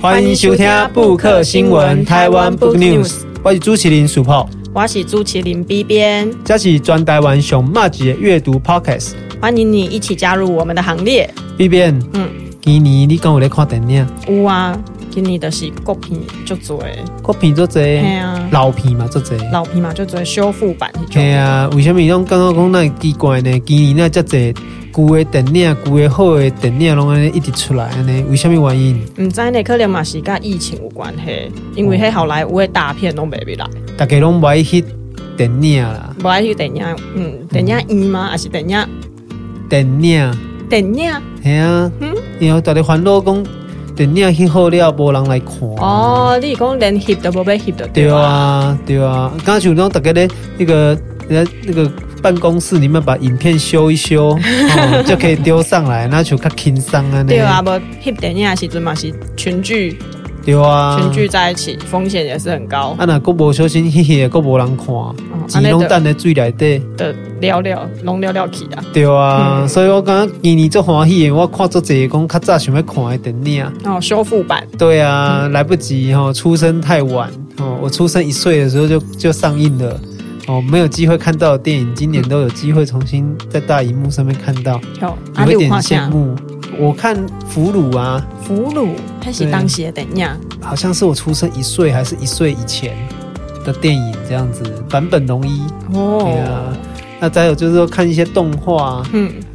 欢迎收听布克新闻台湾 Book News， 我是主持人苏泡， 我是主持人 B 边， 这是全台湾上马吉的阅读 Podcast， 欢迎你一起加入我们的行列。 B 边，今年你敢有在看电影？ 有啊，今年就是国片足多的， 国片足多，老片嘛足多， 老片嘛足多修复版那种。 对啊，为什么拢感觉讲那奇怪呢？今年那这多旧的电影、旧的好的电影拢一直出来呢？为什么原因？ 唔知呢，可能嘛是跟疫情有关系，因为迄好莱坞的大片拢袂来， 大家拢不爱翕电影啦， 不爱翕电影，电影院吗？还是电影？ 电影，系啊，然后大家烦恼讲电影翕好了，无人来看。 哦，你讲连翕都无要翕的， 对啊，对啊，刚才像大家咧那个办公室里面把影片修一修，就可以丢上来，那就较轻松啊。 对啊，无翕电影的时阵嘛是群聚。 对啊， 群聚在一起，风险也是很高。 啊，那个无小心翕翕，个无人看，钱拢等在水内底的拢了去啊。 对啊，所以我感觉今年最欢喜的，我看足侪讲较早想要看的电影修复版。 对啊，来不及出生太晚我出生1岁的时候就上映了没有机会看到的电影，今年都有机会重新在大荧幕上面看到，有一点羡慕。我看俘虏啊， 俘虏还是当时的电影， 好像是我出生1岁还是1岁以前的电影这样子，坂本龙一对啊。那再有就是说看一些动画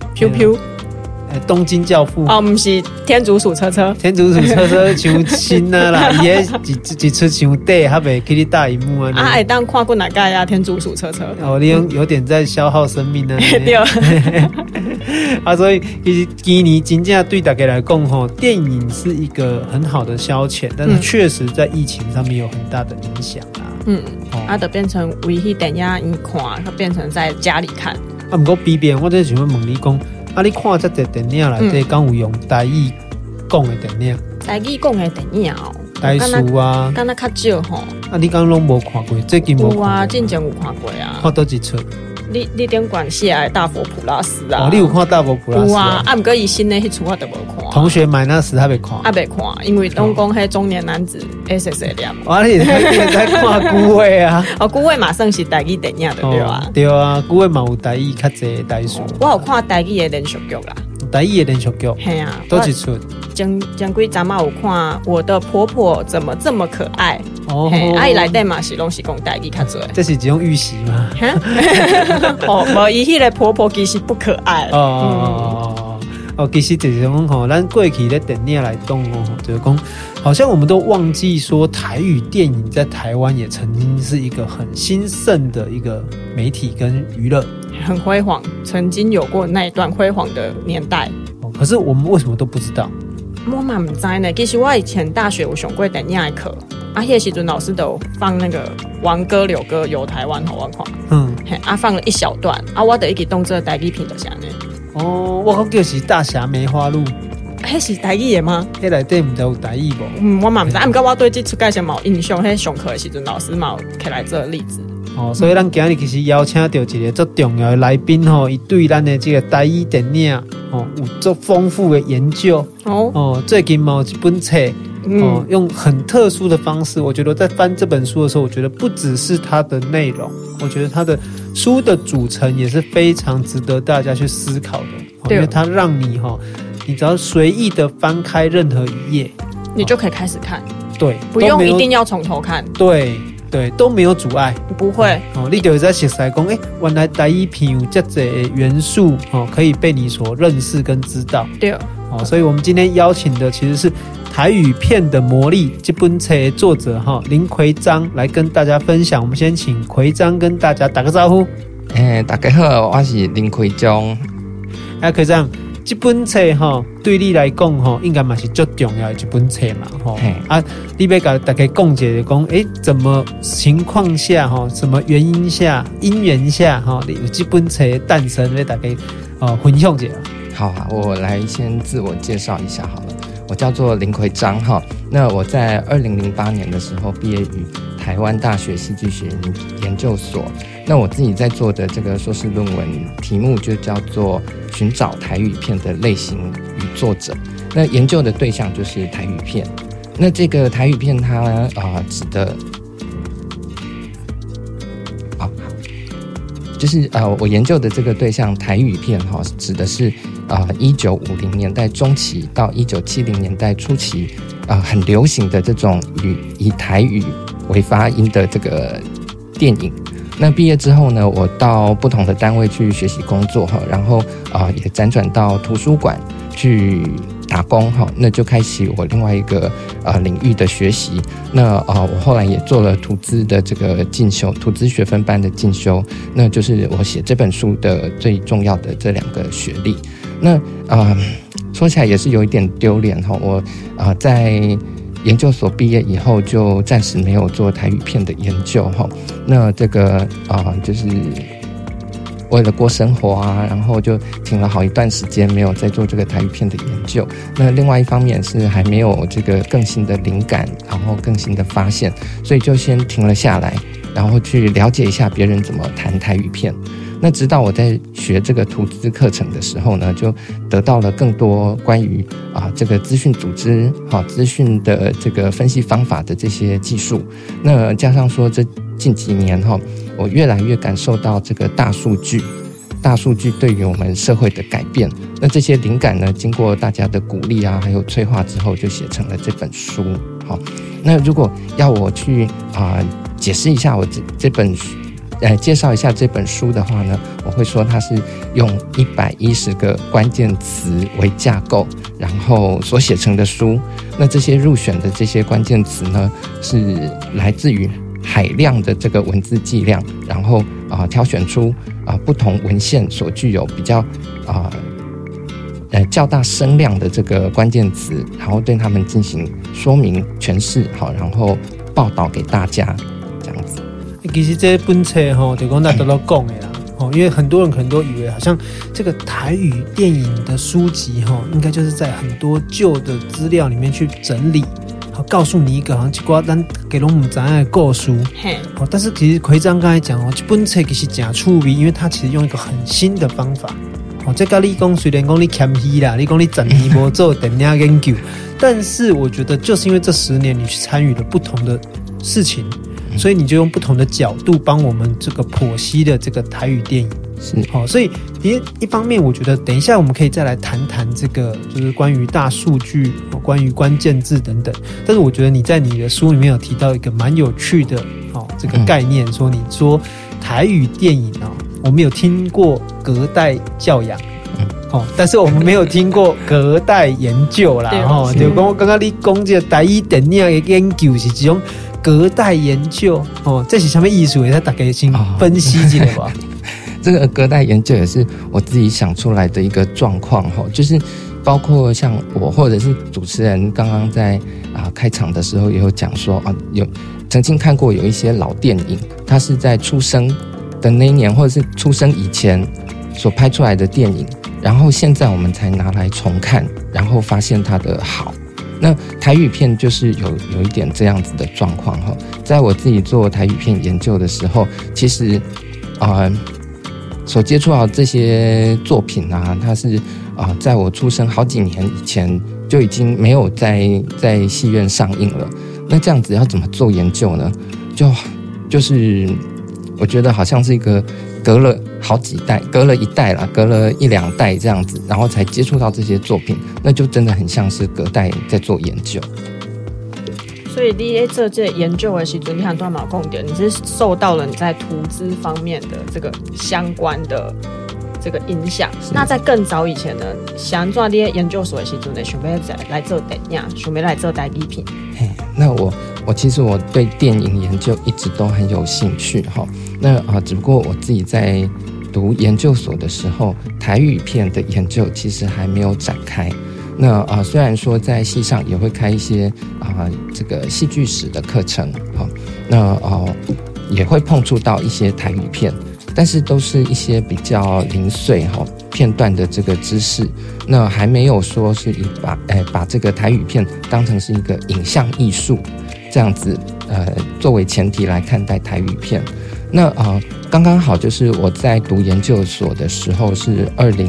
东京教父不是天竺鼠车车像新啊啦，伊迄一出像底还袂去你大荧幕啊。 会当看过哪个呀？天竺鼠车车你有点在消耗生命啊。 对所以其实今年真正对大家来讲电影是一个很好的消遣，但是确实在疫情上面有很大的影响就变成唯一电影院看，它变成在家里看。 不过比边我真想要问你讲，你看这个电影内底敢有用台语讲的电影？ 台语讲的电影台词啊， 敢若较少你敢拢无看过？最近无看过？有啊，之前有看过啊。 看倒一出？ 你点管写的大佛普拉斯啊？ 你有看大佛普拉斯？ 有啊，不过伊新的迄出我都无看。 同学买那时还没看？ 没看，因为拢讲迄中年男子 SSA 念。 你在看古话啊？ 古话嘛算是台语电影对吧？ 对啊，古话嘛有台语较侪台词。 我有看台语的连续剧啦。 台语的连续剧？ 嘿啊， 都一出。 前几阵嘛有看《我的婆婆怎么这么可爱》伊内底嘛是拢是讲台语较侪。 这是一种预习吗？ 无伊迄个婆婆其实不可爱。 其实就是讲咱过去的电影来讲就是讲，好像我们都忘记说台语电影在台湾也曾经是一个很兴盛的一个媒体跟娱乐， 很辉煌，曾经有过那一段辉煌的年代。 可是我们为什么都不知道？ 我嘛不知呢。其实我以前大学有上过电影的课，迄个时阵老师都有放那个王歌柳歌游台湾好我看，放了一小段我就一直当作台语片就是安尼。 我讲就是大侠梅花鹿， 迄是台语的吗？ 迄内底唔知有台语无？ 我嘛唔知，不过我对这出介绍嘛有印象，迄上课的时阵老师嘛有起来做例子。 所以咱今日其实邀请到一个最重要的来宾伊对咱的这个台语电影有足丰富的研究最近有一本册用很特殊的方式，我觉得在翻这本书的时候，我觉得不只是它的内容，我觉得它的书的组成也是非常值得大家去思考的，因为它让你你只要随意的翻开任何一页， 你就可以开始看， 对， 不用一定要从头看， 对，都没有阻碍， 不会你就会在熟悉讲原来台语片有这些元素可以被你所认识跟知道， 对所以我们今天邀请的其实是台语片的魔力这本册的作者林奎章来跟大家分享。我们先请奎章跟大家打个招呼。 大家好，我是林奎章。 奎章，这本册对你来讲应该嘛是最重要的一本册嘛你要跟大家讲解讲怎么情况下什么原因下因缘下有这本册的诞生，给大家分享一下。 好啊，我来先自我介绍一下好了。我叫做林奎章那我在2008年的时候毕业于台湾大学戏剧学研究所。那我自己在做的这个硕士论文题目就叫做寻找台语片的类型与作者。那研究的对象就是台语片。 那这个台语片它指的就是我研究的这个对象台语片指的是1950年代中期到1970年代初期很流行的这种以台语为发音的这个电影。那毕业之后呢，我到不同的单位去学习工作然后也辗转到图书馆去打工那就开启我另外一个领域的学习。那我后来也做了图资的这个进修，图资学分班的进修，那就是我写这本书的最重要的这2个学历。那说起来也是有一点丢脸我在研究所毕业以后就暂时没有做台语片的研究那这个就是为了过生活然后就停了好一段时间没有再做这个台语片的研究。那另外一方面是还没有这个更新的灵感，然后更新的发现，所以就先停了下来，然后去了解一下别人怎么谈台语片。那直到我在学这个图资课程的时候呢，就得到了更多关于这个资讯组织资讯的这个分析方法的这些技术。那加上说这近几年我越来越感受到这个大数据对于我们社会的改变。那这些灵感呢，经过大家的鼓励还有催化之后，就写成了这本书。那如果要我去解释一下我这本介绍一下这本书的话呢，我会说它是用110个关键词为架构，然后所写成的书。那这些入选的这些关键词呢，是来自于海量的这个文字计量，然后挑选出不同文献所具有比较较大声量的这个关键词，然后对他们进行说明诠释然后报道给大家这样子。 其实这本册就讲大家都讲的啦因为很多人可能都以为好像这个台语电影的书籍应该就是在很多旧的资料里面去整理，告诉你一个好像一寡咱给拢不知道的故事。但是其实奎章刚才讲这本册其实很趣味，因为他其实用一个很新的方法这跟你讲虽然讲你谦虚啦，你讲你10年没做电影研究但是我觉得就是因为这10年你去参与了不同的事情，所以你就用不同的角度帮我们这个剖析的这个台语电影。所以一方面我觉得等一下我们可以再来谈谈这个就是关于大数据关于关键字等等。但是我觉得你在你的书里面有提到一个蛮有趣的这个概念，说你说台语电影我们有听过隔代教养但是我们没有听过隔代研究啦就刚刚你讲这个台语电影的研究是这种隔代研究这是什么意思？他大概先分析一下吧。 这个隔代研究也是我自己想出来的一个状况就是包括像我或者是主持人刚刚在开场的时候也有讲说有曾经看过有一些老电影，它是在出生的那一年或者是出生以前所拍出来的电影，然后现在我们才拿来重看，然后发现它的好。那台语片就是有一点这样子的状况在我自己做台语片研究的时候，其实所接触到这些作品它是在我出生好几年以前就已经没有在戏院上映了。那这样子要怎么做研究呢？就是我觉得好像是一个隔了好几代，隔了一代啦，隔了1-2代这样子，然后才接触到这些作品，那就真的很像是隔代在做研究。 所以你在做这研究的时候，你很多嘛讲到，你是受到了你在图资方面的这个相关的这个影响。那在更早以前呢，想做你在研究所的时候呢，想要来做电影，想要来做台语片。 那我其实我对电影研究一直都很有兴趣那只不过我自己在读研究所的时候，台语片的研究其实还没有展开。那虽然说在系上也会开一些这个戏剧史的课程那也会碰触到一些台语片，但是都是一些比较零碎片段的这个知识，那还没有说是把这个台语片当成是一个影像艺术这样子作为前提来看待台语片。 那刚刚好就是我在读研究所的时候是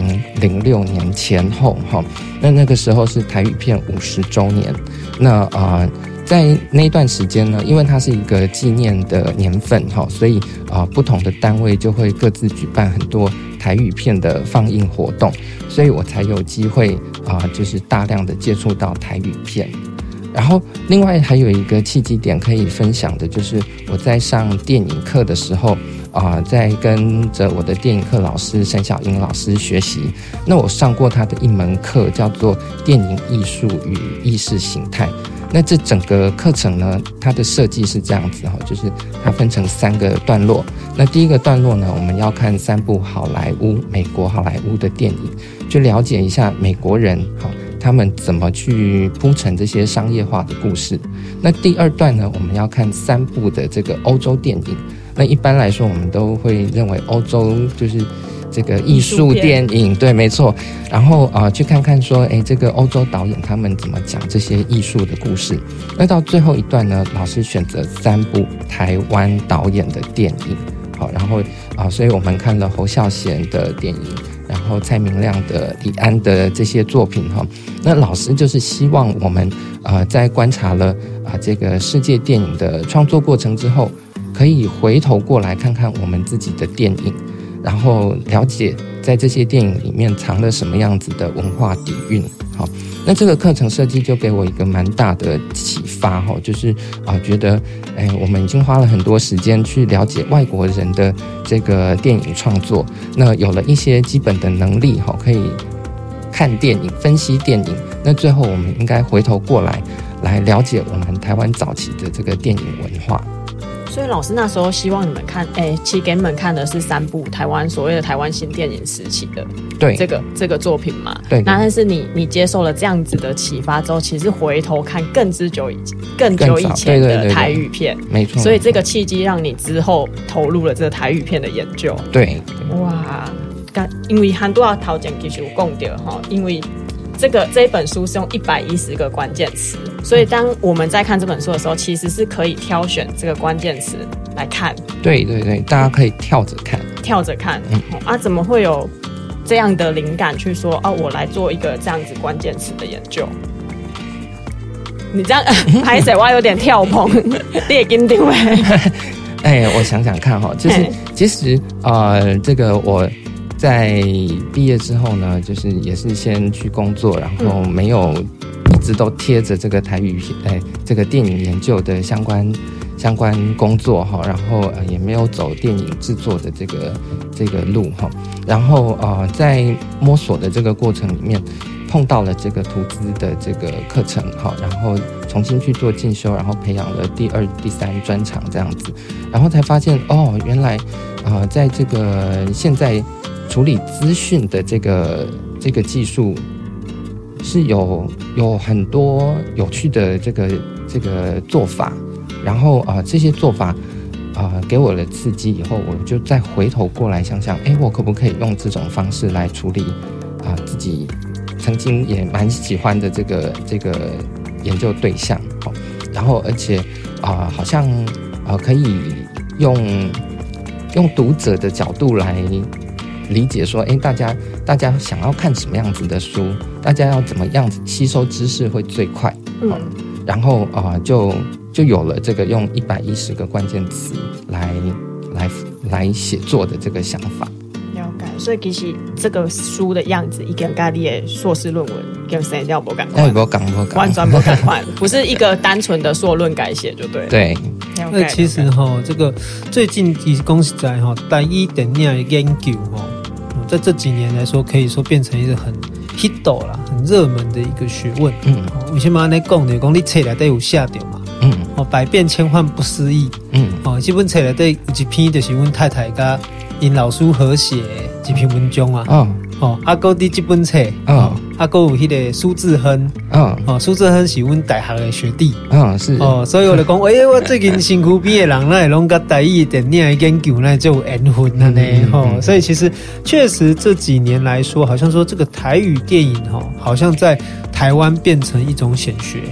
2006年前后哈，那个时候是台语片50周年。那在那一段时间呢，因为它是一个纪念的年份哈，所以不同的单位就会各自举办很多台语片的放映活动，所以我才有机会就是大量的接触到台语片。然后另外还有一个契机点可以分享的，就是我在上电影课的时候在跟着我的电影课老师沈小英老师学习。那我上过他的一门课叫做电影艺术与意识形态。那这整个课程呢，它的设计是这样子就是它分成3个段落。那第一个段落呢，我们要看3部美国好莱坞的电影，去了解一下美国人他们怎么去铺陈这些商业化的故事。那第2段呢，我们要看3部的这个欧洲电影。那一般来说，我们都会认为欧洲就是这个艺术电影，对，没错。然后去看看说，这个欧洲导演他们怎么讲这些艺术的故事。那到最后一段呢，老师选择3部台湾导演的电影，然后所以我们看了侯孝贤的电影，然后蔡明亮的、李安的这些作品那老师就是希望我们在观察了这个世界电影的创作过程之后，可以回头过来看看我们自己的电影，然后了解在这些电影里面藏了什么样子的文化底蕴。那这个课程设计就给我一个蛮大的启发就是觉得我们已经花了很多时间去了解外国人的这个电影创作，那有了一些基本的能力可以看电影、分析电影。那最后我们应该回头过来了解我们台湾早期的这个电影文化。 所以老师那时候希望你们看，其实给你们看的是3部台湾所谓的台湾新电影时期的对这个作品嘛。 对。 那但是你接受了这样子的启发之后，其实回头看更久以前的台语片， 没错。 所以这个契机让你之后投入了这个台语片的研究。 对。 哇，因为很多头前其实有讲到因为这一本书是用110个关键词，所以当我们在看这本书的时候，其实是可以挑选这个关键词来看。 对对对，大家可以跳着看。 怎么会有这样的灵感去说我来做一个这样子关键词的研究？你这样拍摄我有点跳棚，你也跟定位。 我想想看就是其实这个我在毕业之后呢，就是也是先去工作，然后没有一直都贴着这个台语这个电影研究的相关工作然后也没有走电影制作的这个路然后在摸索的这个过程里面，碰到了这个图资的这个课程然后重新去做进修，然后培养了第2、第3专长这样子，然后才发现原来在这个现在处理资讯的这个技术是有很多有趣的这个做法，然后这些做法给我了刺激以后，我就再回头过来想想，我可不可以用这种方式来处理自己曾经也蛮喜欢的这个研究对象然后而且好像可以用读者的角度来理解说，大家想要看什么样子的书，大家要怎么样子吸收知识会最快，然后就有了这个用110个关键词来写作的这个想法。 了解，所以其实这个书的样子，已经跟你的硕士论文跟生料不赶快，完全不赶快，不是一个单纯的硕论改写就对了。 对。 那其实这个最近讲实在台语电影的研究在这几年来说，可以说变成一个很 hit 啦、很热门的一个学问。为什么这样讲呢？讲你册内底有写到嘛？百变千幻不思议。这本册内底有一篇就是阮太太甲因老师合写的一篇文章啊。还有伫这本册，还有迄个苏志亨，苏志亨是阮大学的学弟， 是所以我就讲，我最近身躯边的人，那拢甲台语电影的研究，那就有缘分了呢。所以其实确实这几年来说，好像说这个台语电影好像在台湾变成一种显学。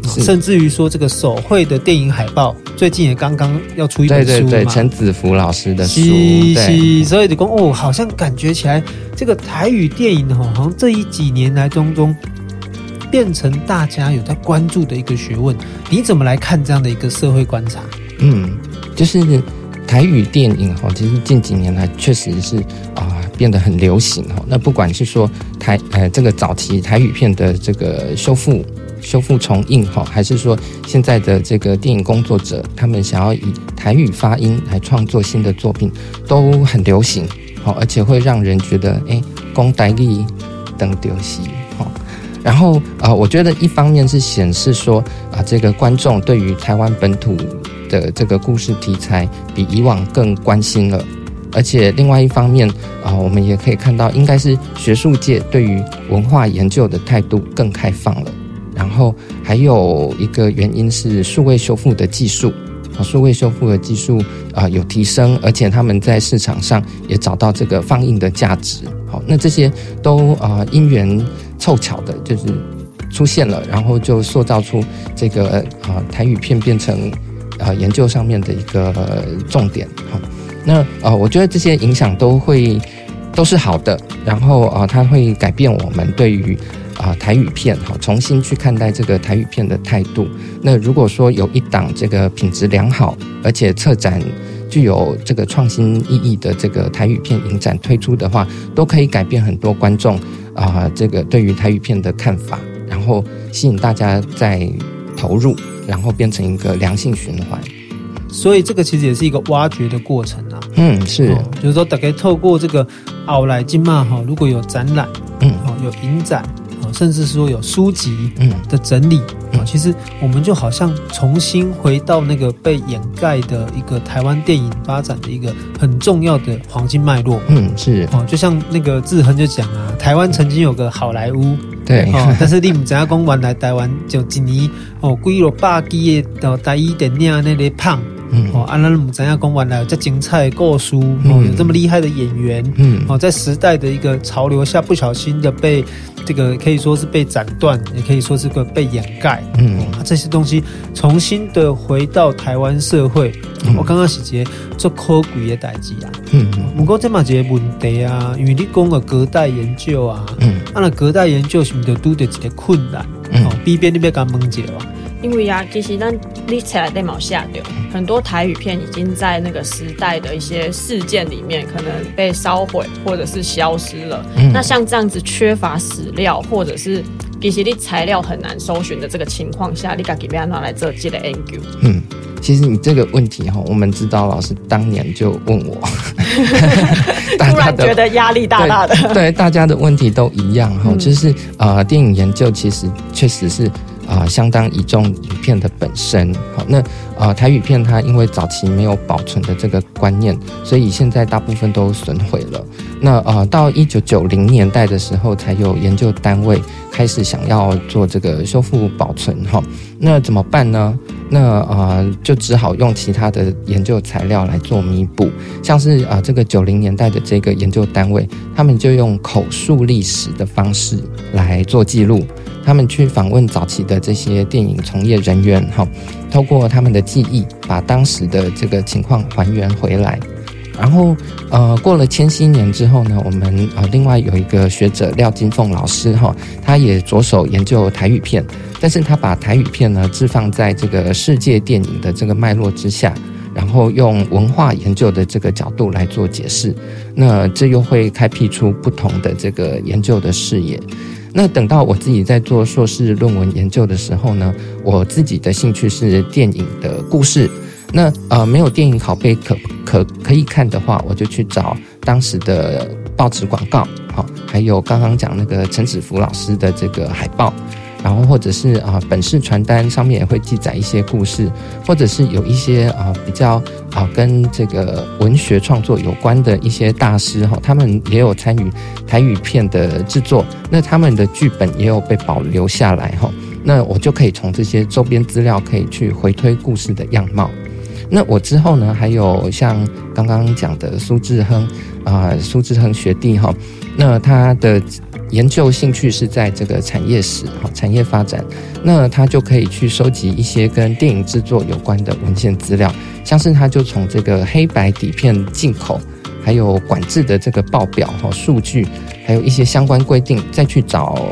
甚至于说这个手绘的电影海报，最近也刚刚要出一本书嘛， 对，陈子福老师的书， 是，所以就说好像感觉起来这个台语电影好像这几年来当中变成大家有在关注的一个学问，你怎么来看这样的一个社会观察？ 就是台语电影其实近几年来确实是变得很流行那不管是说这个早期台语片的这个修复重映还是说现在的这个电影工作者他们想要以台语发音来创作新的作品，都很流行而且会让人觉得说台语等丢戏然后我觉得一方面是显示说这个观众对于台湾本土的这个故事题材比以往更关心了，而且另外一方面我们也可以看到应该是学术界对于文化研究的态度更开放了。然后还有一个原因是数位修复的技术有提升，而且他们在市场上也找到这个放映的价值。那这些都因缘凑巧的就是出现了，然后就塑造出这个台语片变成研究上面的一个重点。那我觉得这些影响都是好的，然后它会改变我们对于台语片重新去看待这个台语片的态度。那如果说有一档这个品质良好，而且策展具有这个创新意义的这个台语片影展推出的话，都可以改变很多观众这个对于台语片的看法，然后吸引大家再投入，然后变成一个良性循环。 所以这个其实也是一个挖掘的过程啊。 是， 就是说大概透过这个后来今嘛如果有展览，有影展，甚至说有书籍的整理，其实我们就好像重新回到那个被掩盖的一个台湾电影发展的一个很重要的黄金脉络。 是， 就像那个志恒就讲啊，台湾曾经有个好莱坞， 对， 但是你不知道说原来台湾就一年几了百支的台语电影那个胖。咱不知道说原来有这精彩的故事，有这么厉害的演员，在时代的一个潮流下不小心的被这个可以说是被斩断，也可以说是个被掩盖。这些东西重新的回到台湾社会，我刚刚是一个做可贵的代志啊。不过这嘛一个问题啊，因为你讲的隔代研究啊，那隔代研究是不是就遇到一个困难？B边你要跟我问一下啊。 因为其实你册内底嘛有写到，很多台语片已经在那个时代的一些事件里面可能被烧毁或者是消失了。那像这样子缺乏史料，或者是其实你材料很难搜寻的这个情况下，你自己要拿来做这个研究。 其实你这个问题我们指导老师当年就问我， 突然觉得压力大大的。 对，大家的问题都一样就是电影研究其实确实是相当倚重影片的本身。那台语片它因为早期没有保存的这个观念，所以现在大部分都损毁了。那到1990年代的时候，才有研究单位开始想要做这个修复保存那怎么办呢？那就只好用其他的研究材料来做弥补，像是这个90年代的这个研究单位，他们就用口述历史的方式来做记录。他们去访问早期的这些电影从业人员透过他们的记忆，把当时的这个情况还原回来。然后过了千禧年之后呢，我们另外有一个学者廖金凤老师他也着手研究台语片，但是他把台语片呢置放在这个世界电影的这个脉络之下，然后用文化研究的这个角度来做解释。那这又会开辟出不同的这个研究的视野。那等到我自己在做硕士论文研究的时候呢，我自己的兴趣是电影的故事。那没有电影拷贝可以看的话，我就去找当时的报纸广告，还有刚刚讲那个陈子福老师的这个海报，然后或者是本市传单上面也会记载一些故事，或者是有一些比较跟这个文学创作有关的一些大师他们也有参与台语片的制作，那他们的剧本也有被保留下来那我就可以从这些周边资料可以去回推故事的样貌。 那我之后呢，还有像刚刚讲的苏志亨学弟哈，那他的研究兴趣是在这个产业史、产业发展，那他就可以去收集一些跟电影制作有关的文献资料，像是他就从这个黑白底片进口，还有管制的这个报表、数据，还有一些相关规定，再去找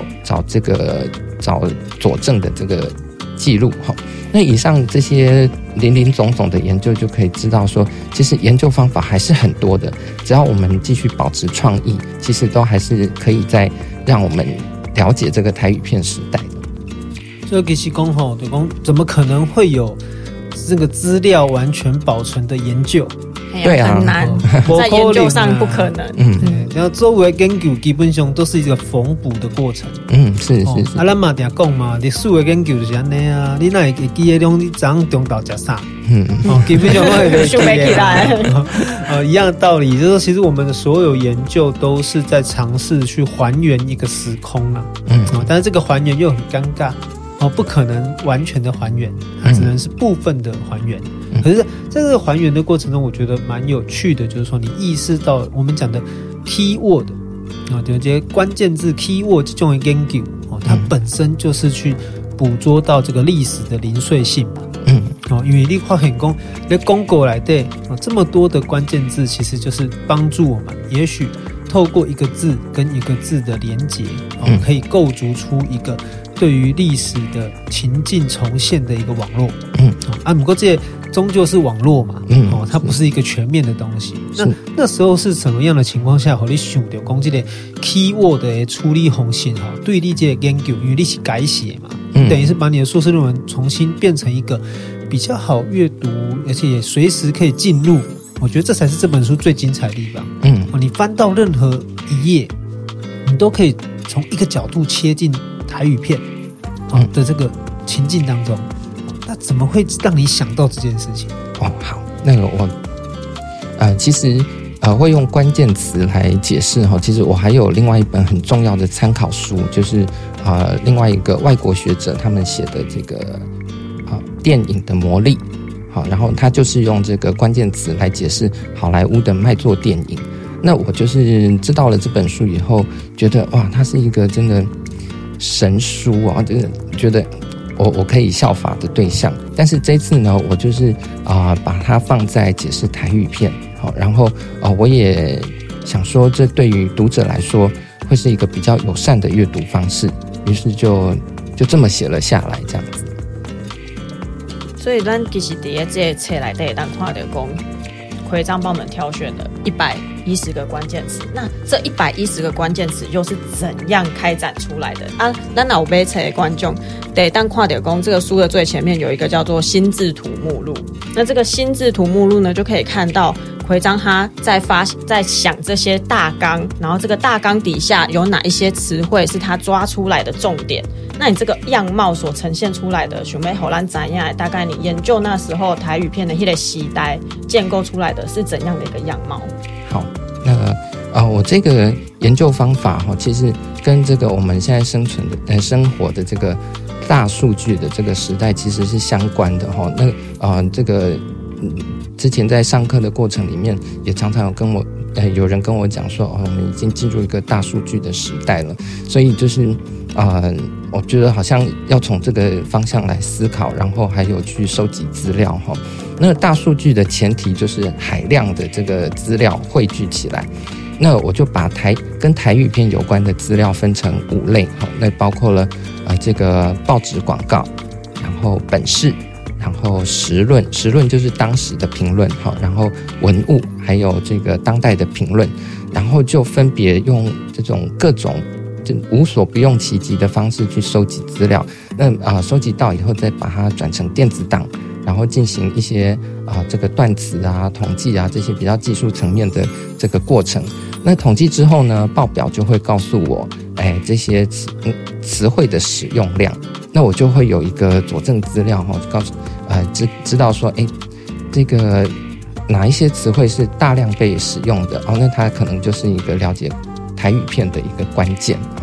佐证的这个记录哈。那以上这些林林总总的研究就可以知道说，其实研究方法还是很多的，只要我们继续保持创意，其实都还是可以再让我们了解这个台语片时代的。 所以其实讲吼，就讲怎么可能会有这个资料完全保存的研究？ 对啊， 很难，在研究上不可能。 然后周围研究基本上都是一个缝补的过程。 是。 啊，咱嘛定讲嘛，历史的研究就是安尼啊，你哪会记得拢你早上中昼吃啥？基本上都会想不起来。 一样的道理，就是说，其实我们的所有研究都是在尝试去还原一个时空啊。但是这个还原又很尴尬。不可能完全的还原，它只能是部分的还原。可是在这个还原的过程中，我觉得蛮有趣的，就是说你意识到我们讲的 keyword 就这些关键字 keyword 这种研究它本身就是去捕捉到这个历史的零碎性嘛。因为你发现说在公告来的这么多的关键字，其实就是帮助我们，也许透过一个字跟一个字的连结，可以构筑出一个对于历史的情境重现的一个网络。不过这终究是网络嘛，它不是一个全面的东西。那时候是什么样的情况下，你想到讲这个 keyword 的处理方式对你这个研究，因为你是改写嘛，等于是把你的硕士论文重新变成一个比较好阅读，而且也随时可以进入。我觉得这才是这本书最精彩的地方。你翻到任何一页，你都可以从一个角度切进台语片的这个情境当中。那怎么会让你想到这件事情？ 好，那个我其实会用关键词来解释哈。其实我还有另外一本很重要的参考书，就是另外一个外国学者他们写的这个电影的魔力。好，然后他就是用这个关键词来解释好莱坞的卖座电影。那我就是知道了这本书以后，觉得哇，它是一个真的神书啊，真的觉得我可以效法的对象。但是这次呢，我就是把它放在解释台语片，好，然后我也想说，这对于读者来说会是一个比较友善的阅读方式，于是就这么写了下来，这样子。 所以咱其实在这个册内底，咱看到讲，奎章帮我们挑选了110个关键词。那这110个关键词又是怎样开展出来的啊？咱有买册的观众，得当看到讲，这个书的最前面有一个叫做心智图目录。那这个心智图目录呢，就可以看到奎章他在想这些大纲，然后这个大纲底下有哪一些词汇是他抓出来的重点。那你这个样貌所呈现出来的，想要让咱知道大概你研究那时候台语片的那个时代建构出来的是怎样的一个样貌？ 好，那我这个研究方法其实跟这个我们现在生活的这个大数据的这个时代其实是相关的那这个之前在上课的过程里面，也常常有人跟我讲说，我们已经进入一个大数据的时代了，所以就是我觉得好像要从这个方向来思考，然后还有去收集资料那大数据的前提就是海量的这个资料汇聚起来。那我就把跟台语片有关的资料分成5类那包括了这个报纸广告，然后本事，然后时论就是当时的评论然后文物，还有这个当代的评论，然后就分别用这种各种无所不用其极的方式去收集资料。那收集到以后，再把它转成电子档，然后进行一些这个断词统计这些比较技术层面的这个过程。那统计之后呢，报表就会告诉我这些词汇的使用量。那我就会有一个佐证资料告诉知道说这个哪一些词汇是大量被使用的那它可能就是一个了解台语片的一个关键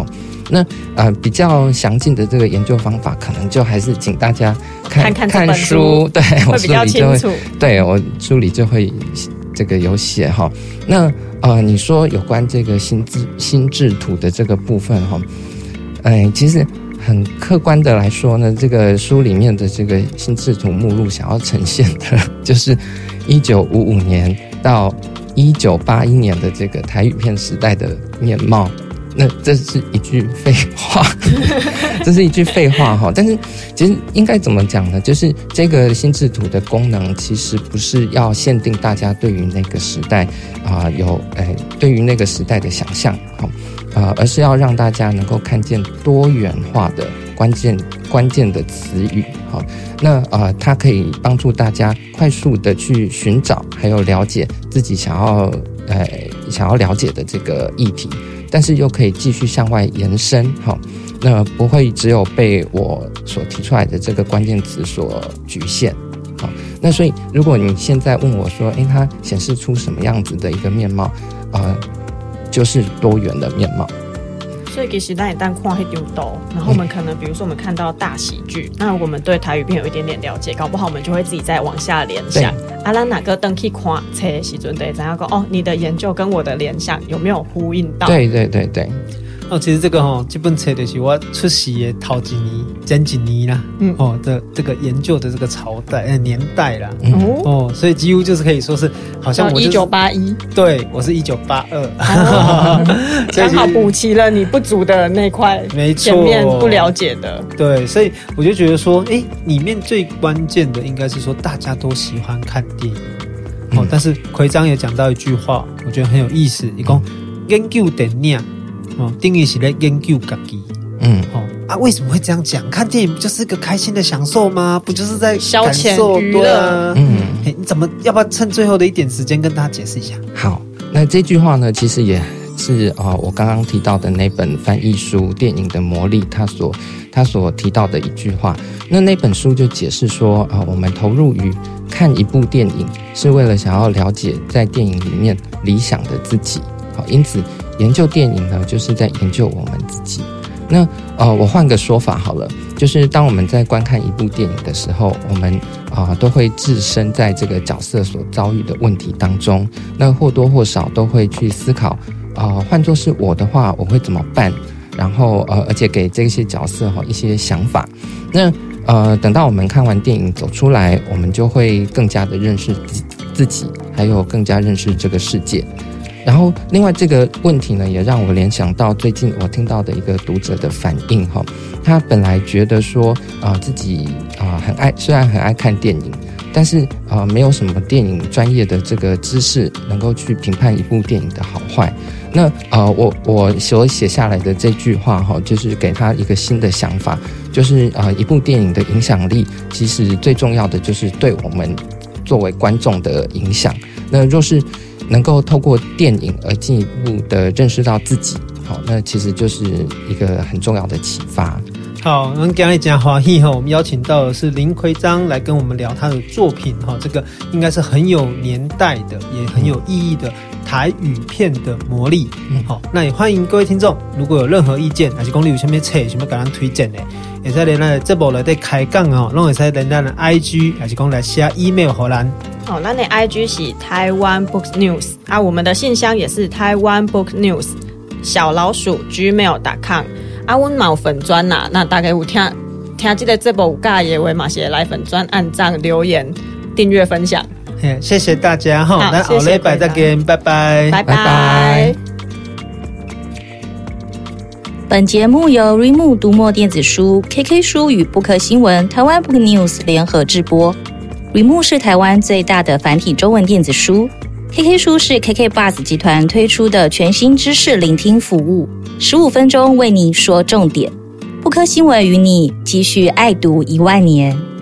那比较详尽的这个研究方法，可能就还是请大家看书，对， 会比较清楚。 对，我书里就会这个有写哈。那你说有关这个心智图的这个部分哈，其实很客观的来说呢，这个书里面的这个心智图目录想要呈现的就是1955年到1981年的这个台语片时代的面貌。那这是一句废话，这是一句废话哈。但是其实应该怎么讲呢？就是这个心智图的功能，其实不是要限定大家对于那个时代对于那个时代的想象而是要让大家能够看见多元化的关键的词语那它可以帮助大家快速的去寻找，还有了解自己想要了解的这个议题。但是又可以继续向外延伸，那不会只有被我所提出来的这个关键词所局限，那所以如果你现在问我说，它显示出什么样子的一个面貌，就是多元的面貌。 所以其实咱也当看那张图，然后我们可能比如说我们看到大喜剧，那我们对台语片有一点点了解，搞不好我们就会自己再往下联想。咱哪个登去看册的时阵，对，怎样讲你的研究跟我的联想有没有呼应到？ 对。 其实这个这本册就是我出世的头一年、前几年啦，的这个研究的这个朝代年代啦，所以几乎就是可以说是好像我 1981， 对，我是1982， 刚好补齐了你不足的那块， 没错， 前面不了解的， 对，所以我就觉得说，里面最关键的应该是说大家都喜欢看电影，但是奎章也讲到一句话，我觉得很有意思，他说研究电影。定义是在研究自己。为什么会这样讲？看电影不就是个开心的享受吗？不就是在消遣娱乐？ 你要不要趁最后的一点时间跟大家解释一下？ 好，那这句话呢，其实也是我刚刚提到的那本翻译书《电影的魔力》他所提到的一句话。那本书就解释说，我们投入于看一部电影，是为了想要了解在电影里面理想的自己。因此研究电影呢，就是在研究我们自己。那我换个说法好了，就是当我们在观看一部电影的时候，我们都会置身在这个角色所遭遇的问题当中，那或多或少都会去思考，换作是我的话，我会怎么办？然后而且给这些角色一些想法。那等到我们看完电影走出来，我们就会更加的认识自己，还有更加认识这个世界。然后另外这个问题呢，也让我联想到最近我听到的一个读者的反应他本来觉得说自己虽然很爱看电影，但是没有什么电影专业的这个知识能够去评判一部电影的好坏。那我所写下来的这句话就是给他一个新的想法，就是一部电影的影响力，其实最重要的就是对我们作为观众的影响。那若是能够透过电影而进一步的认识到自己，那其实就是一个很重要的启发。 好，我们今天讲华裔我们邀请到的是林奎章来跟我们聊他的作品这个应该是很有年代的，也很有意义的台语片的魔力。好，那也欢迎各位听众，如果有任何意见，还是讲你有什么册想要给咱推荐的，也可以连咱这部内底开讲拢会使连咱的 IG， 还是讲来写 email 给咱。 咱的 IG 是台湾 Book News 我们的信箱也是台湾 Book News @gmail.com。阮嘛有粉专啦，那大概有听这个节目有介意的话，嘛是来粉专按赞、留言、订阅、分享。 谢谢大家那下礼拜再见，拜拜， 拜拜。 本节目由 Readmoo 读墨电子书、KK 书与布克新闻、台湾 Book News 联合制播。Readmoo 是台湾最大的繁体中文电子书。KK 书是 KKBOX 集团推出的全新知识聆听服务，15分钟为你说重点。布克新闻与你继续爱读10000年。